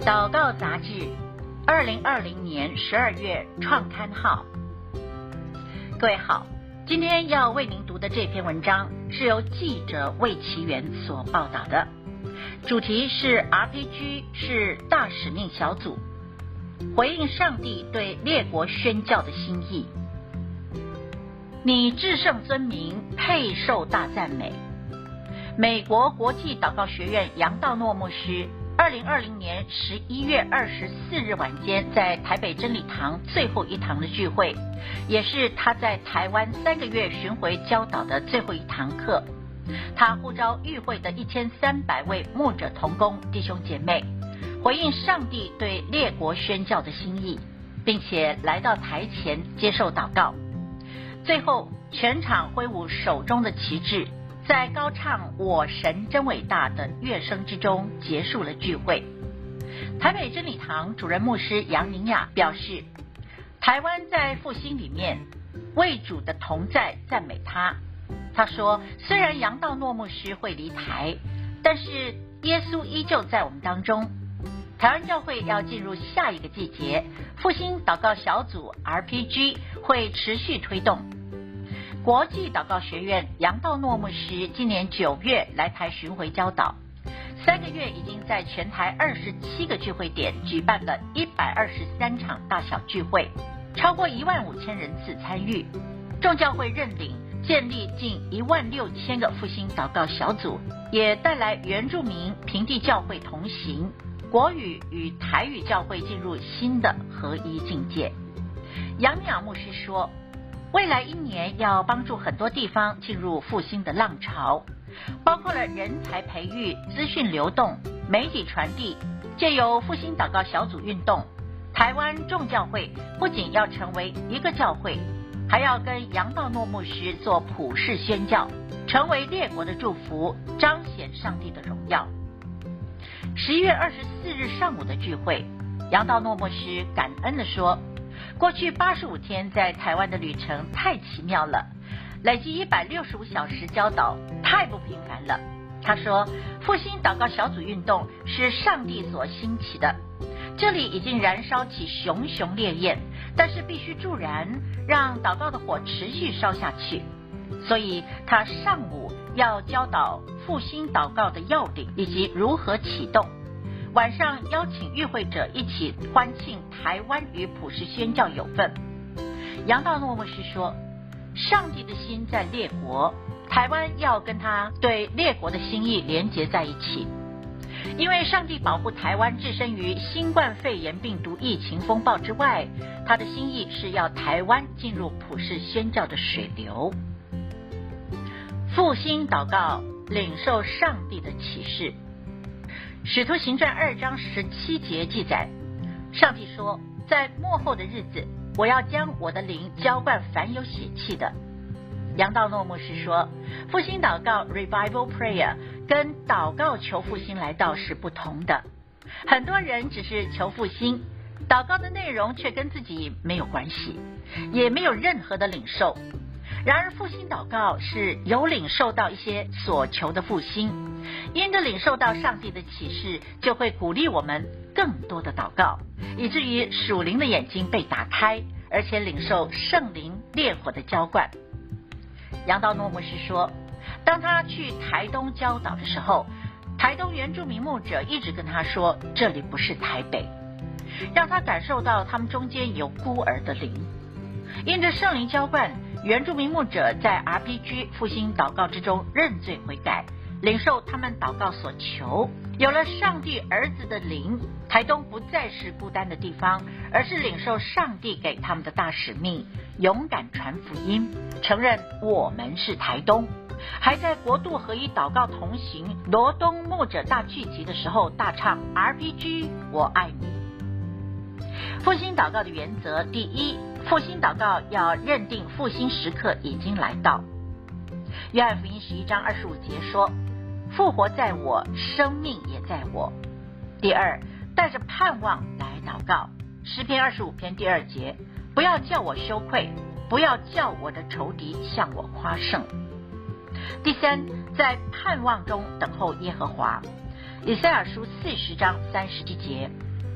祷告杂志2020年12月创刊号。各位好，今天要为您读的这篇文章是由记者魏其元所报道的，主题是 RPG 是大使命小组回应上帝对列国宣教的心意。你至圣尊名，配受大赞美。美国国际祷告学院杨道诺牧师2020年11月24日晚间在台北真理堂最后一堂的聚会，也是他在台湾3个月巡回教导的最后一堂课。他呼召与会的1300位牧者同工弟兄姐妹，回应上帝对列国宣教的心意，并且来到台前接受祷告。最后全场挥舞手中的旗帜，在高唱我神真伟大的乐声之中结束了聚会。台北真理堂主任牧师杨宁雅表示，台湾在复兴里面为主的同在赞美他。他说，虽然杨道诺牧师会离台，但是耶稣依旧在我们当中。台湾教会要进入下一个季节，复兴祷告小组 RPG 会持续推动。国际祷告学院杨道诺牧师今年9月来台巡回教导，3个月已经在全台27个聚会点举办了123场大小聚会，超过15000人次参与。众教会认领建立近16000个复兴祷告小组，也带来原住民平地教会同行，国语与台语教会进入新的合一境界。杨淼牧师说，未来1年要帮助很多地方进入复兴的浪潮，包括了人才培育、资讯流动、媒体传递。借由复兴祷告小组运动，台湾众教会不仅要成为一个教会，还要跟杨道诺牧师做普世宣教，成为列国的祝福，彰显上帝的荣耀。11月24日上午的聚会，杨道诺牧师感恩地说，过去85天在台湾的旅程太奇妙了，累计165小时教导太不平凡了。他说，复兴祷告小组运动是上帝所兴起的，这里已经燃烧起熊熊烈焰，但是必须助燃，让祷告的火持续烧下去。所以他上午要教导复兴祷告的要领以及如何启动，晚上邀请与会者一起欢庆台湾与普世宣教有份。杨道诺牧师说，上帝的心在列国，台湾要跟他对列国的心意连结在一起。因为上帝保护台湾置身于新冠肺炎病毒疫情风暴之外，他的心意是要台湾进入普世宣教的水流。复兴祷告，领受上帝的启示。使徒行传2章17节记载，上帝说，在末后的日子，我要将我的灵浇灌凡有血气的。杨道诺牧师说，复兴祷告 Revival Prayer 跟祷告求复兴来到是不同的。很多人只是求复兴，祷告的内容却跟自己没有关系，也没有任何的领受。然而复兴祷告是有领受到一些所求的复兴，因着领受到上帝的启示，就会鼓励我们更多的祷告，以至于属灵的眼睛被打开，而且领受圣灵烈火的浇灌。杨道诺牧师说，当他去台东教导的时候，台东原住民牧者一直跟他说，这里不是台北，让他感受到他们中间有孤儿的灵。因着圣灵浇灌，原住民牧者在 RPG 复兴祷告之中认罪悔改，领受他们祷告所求，有了上帝儿子的灵，台东不再是孤单的地方，而是领受上帝给他们的大使命，勇敢传福音，承认我们是台东。还在国度合一祷告同行罗东牧者大聚集的时候大唱 RPG 我爱你。复兴祷告的原则，第一，复兴祷告要认定复兴时刻已经来到。约翰福音11章25节说，复活在我，生命也在我。第二，带着盼望来祷告。诗篇25篇第2节，不要叫我羞愧，不要叫我的仇敌向我夸胜。第三，在盼望中等候耶和华。以赛亚书40章37节，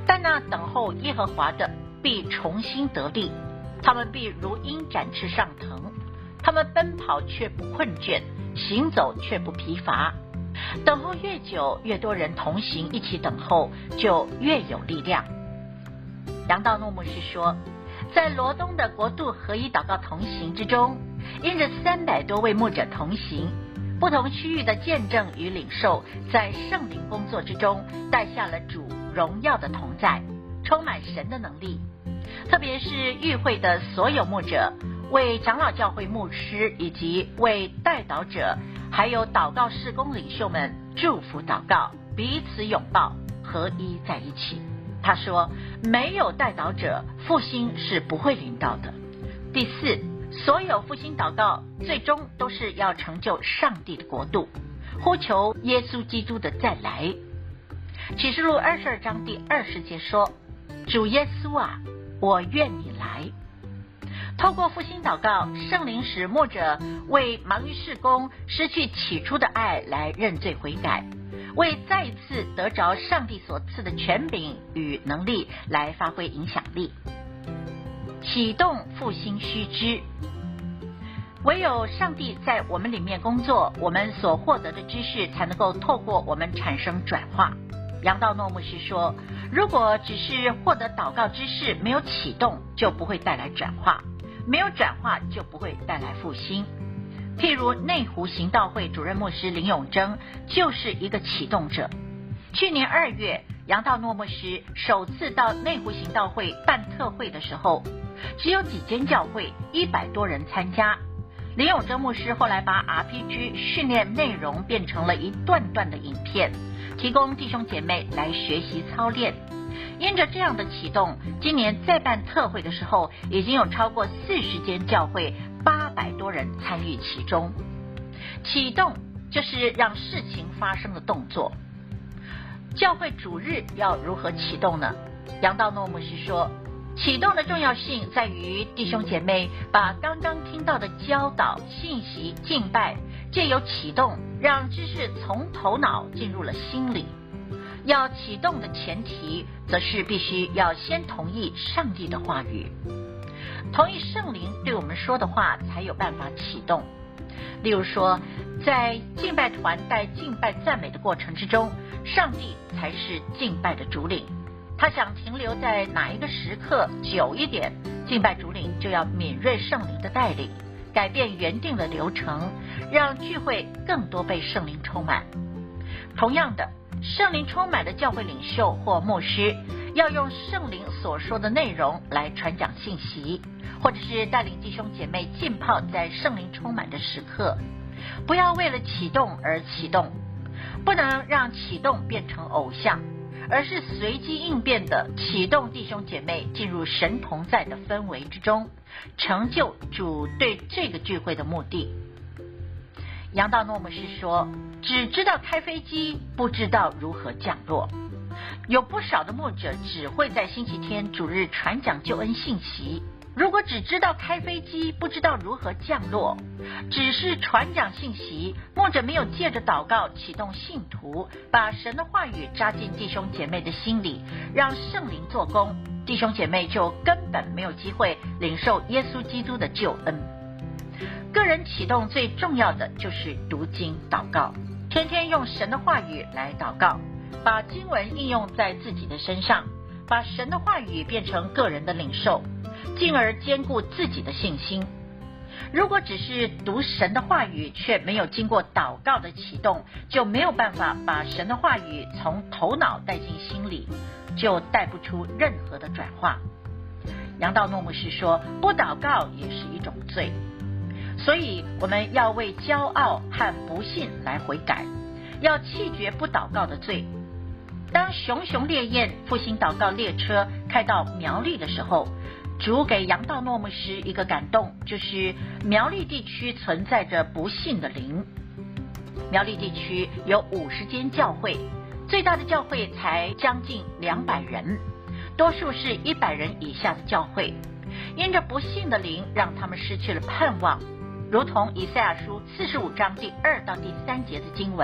但那等候耶和华的必重新得力，他们必如鹰展翅上腾，他们奔跑却不困倦，行走却不疲乏。等候越久，越多人同行一起等候，就越有力量。杨道诺牧师说，在罗东的国度合一祷告同行之中，因着300多位牧者同行，不同区域的见证与领受，在圣灵工作之中带下了主荣耀的同在，充满神的能力。特别是与会的所有牧者，为长老教会牧师以及为代祷者还有祷告事工领袖们祝福祷告，彼此拥抱，合一在一起。他说，没有代祷者，复兴是不会临到的。第4，所有复兴祷告最终都是要成就上帝的国度，呼求耶稣基督的再来。启示录22章第20节说，主耶稣啊，我愿你来。透过复兴祷告，圣灵使牧者为忙于事工失去起初的爱来认罪悔改，为再一次得着上帝所赐的权柄与能力来发挥影响力。启动复兴须知，唯有上帝在我们里面工作，我们所获得的知识才能够透过我们产生转化。杨道诺牧师说，如果只是获得祷告知识，没有启动，就不会带来转化，没有转化就不会带来复兴。譬如内湖行道会主任牧师林永征就是一个启动者。去年2月，杨道诺牧师首次到内湖行道会办特会的时候，只有几间教会，100多人参加。林永征牧师后来把 RPG 训练内容变成了一段段的影片，提供弟兄姐妹来学习操练。因着这样的启动，今年再办特会的时候，已经有超过40间教会，800多人参与其中。启动就是让事情发生的动作。教会主日要如何启动呢？杨道诺牧师说，启动的重要性在于弟兄姐妹把刚刚听到的教导、信息、敬拜，藉由启动，让知识从头脑进入了心里。要启动的前提，则是必须要先同意上帝的话语，同意圣灵对我们说的话，才有办法启动。例如说，在敬拜团带敬拜赞美的过程之中，上帝才是敬拜的主领。他想停留在哪一个时刻久一点，敬拜主领就要敏锐圣灵的带领，改变原定的流程，让聚会更多被圣灵充满。同样的，圣灵充满的教会领袖或牧师，要用圣灵所说的内容来传讲信息，或者是带领弟兄姐妹浸泡在圣灵充满的时刻。不要为了启动而启动，不能让启动变成偶像，而是随机应变的启动弟兄姐妹进入神同在的氛围之中，成就主对这个聚会的目的。杨道诺牧师说，只知道开飞机，不知道如何降落。有不少的牧者只会在星期天主日传讲救恩信息，如果只知道开飞机，不知道如何降落，只是传讲信息，牧者没有借着祷告启动信徒，把神的话语扎进弟兄姐妹的心里，让圣灵做工，弟兄姐妹就根本没有机会领受耶稣基督的救恩。个人启动最重要的就是读经祷告，天天用神的话语来祷告，把经文应用在自己的身上，把神的话语变成个人的领受，进而兼顾自己的信心。如果只是读神的话语，却没有经过祷告的启动，就没有办法把神的话语从头脑带进心里，就带不出任何的转化。杨道诺牧师说，不祷告也是一种罪，所以我们要为骄傲和不信来悔改，要弃绝不祷告的罪。当熊熊烈焰复兴祷告列车开到苗栗的时候，主给杨道诺牧师一个感动，就是苗栗地区存在着不信的灵。苗栗地区有50间教会，最大的教会才将近200人，多数是100人以下的教会。因着不信的灵，让他们失去了盼望，如同以赛亚书45章第2到第3节的经文，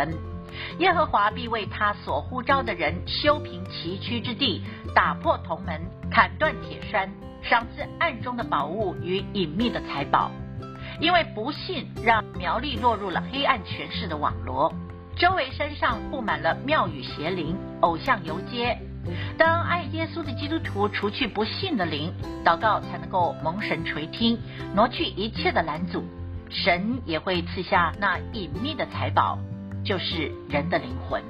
耶和华必为他所呼召的人修平崎岖之地，打破铜门，砍断铁栓，赏赐暗中的宝物与隐秘的财宝。因为不信让苗栗落入了黑暗权势的网罗，周围山上布满了庙宇邪灵、偶像游街。当爱耶稣的基督徒除去不信的灵，祷告才能够蒙神垂听，挪去一切的拦阻，神也会赐下那隐秘的财宝，就是人的灵魂。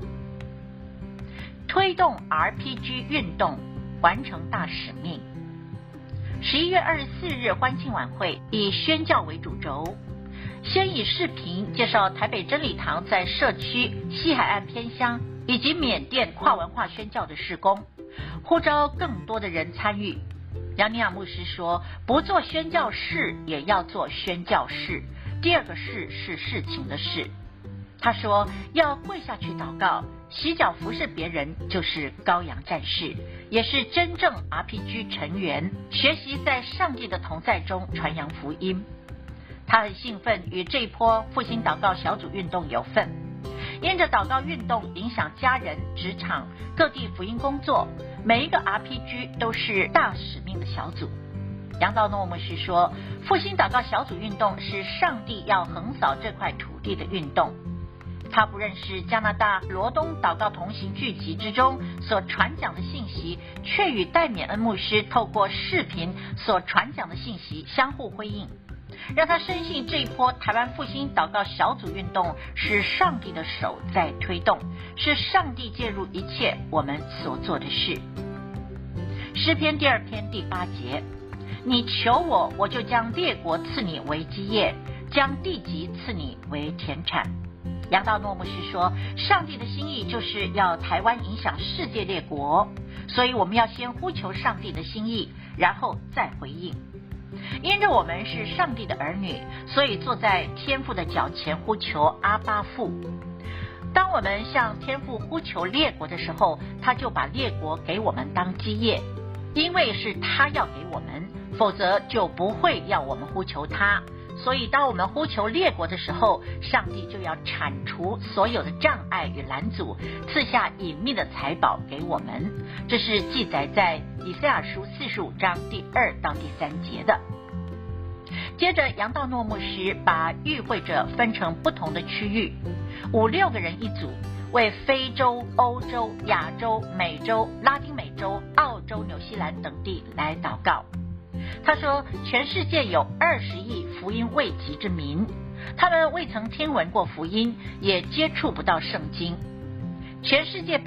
推动 RPG 运动，完成大使命。11月24日欢庆晚会以宣教为主轴，先以视频介绍台北真理堂在社区、西海岸偏乡以及缅甸跨文化宣教的事工，呼召更多的人参与。杨尼亚牧师说，不做宣教事也要做宣教事，第二个事是事情的事。他说要跪下去祷告，洗脚服侍别人，就是羔羊战士，也是真正 RPG 成员，学习在上帝的同在中传扬福音。他很兴奋与这一波复兴祷告小组运动有份，因着祷告运动影响家人、职场、各地福音工作，每一个 RPG 都是大使命的小组。杨道诺牧师说，复兴祷告小组运动是上帝要横扫这块土地的运动。他不认识加拿大罗东祷告同行聚集之中所传讲的信息，却与戴冕恩牧师透过视频所传讲的信息相互辉映，让他深信这一波台湾复兴祷告小组运动是上帝的手在推动，是上帝介入一切我们所做的事。诗篇第2篇第8节，你求我，我就将列国赐你为基业，将地级赐你为田产。杨道诺牧师说，上帝的心意就是要台湾影响世界列国，所以我们要先呼求上帝的心意，然后再回应。因着我们是上帝的儿女，所以坐在天父的脚前呼求阿爸父。当我们向天父呼求列国的时候，他就把列国给我们当基业，因为是他要给我们，否则就不会要我们呼求他。所以当我们呼求列国的时候，上帝就要铲除所有的障碍与拦阻，赐下隐秘的财宝给我们。这是记载在以赛亚书45章第2到第3节的。接着杨道诺牧师把与会者分成不同的区域，5、6个人一组，为非洲、欧洲、亚洲、美洲、拉丁美洲、澳洲、纽西兰等地来祷告。他说，全世界有20亿福音未及之民，他们未曾听闻过福音，也接触不到圣经。全世界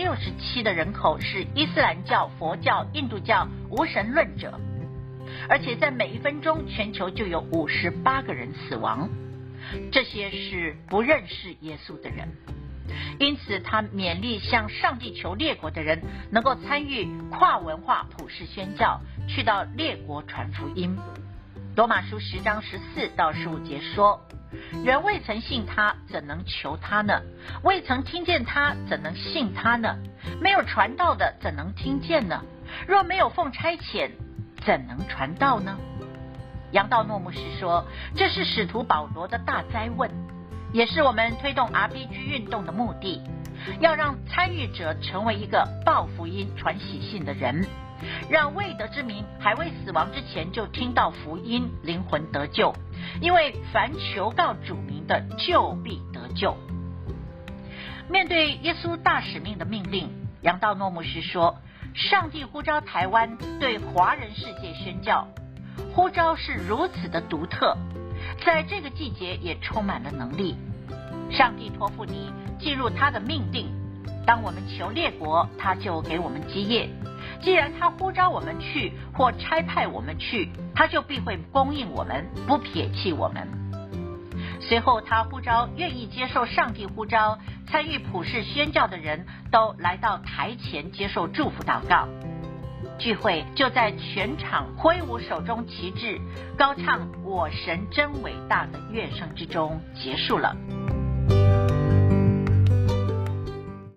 67%的人口是伊斯兰教、佛教、印度教无神论者，而且在每1分钟全球就有58个人死亡，这些是不认识耶稣的人。因此他勉励向上帝求列国的人能够参与跨文化普世宣教，去到列国传福音。罗马书10章14到15节说，人未曾信他，怎能求他呢？未曾听见他，怎能信他呢？没有传道的，怎能听见呢？若没有奉差遣，怎能传道呢？杨道诺牧师说，这是使徒保罗的大灾问，也是我们推动 RPG 运动的目的，要让参与者成为一个报福音、传喜信的人，让未得之民还未死亡之前就听到福音，灵魂得救。因为凡求告主名的，就必得救。面对耶稣大使命的命令，杨道诺牧师说，上帝呼召台湾对华人世界宣教，呼召是如此的独特，在这个季节也充满了能力。上帝托付你进入他的命定，当我们求列国，他就给我们基业。既然他呼召我们去，或差派我们去，他就必会供应我们，不撇弃我们。随后他呼召愿意接受上帝呼召参与普世宣教的人都来到台前接受祝福祷告。聚会就在全场挥舞手中旗帜，高唱我神真伟大的乐声之中结束了。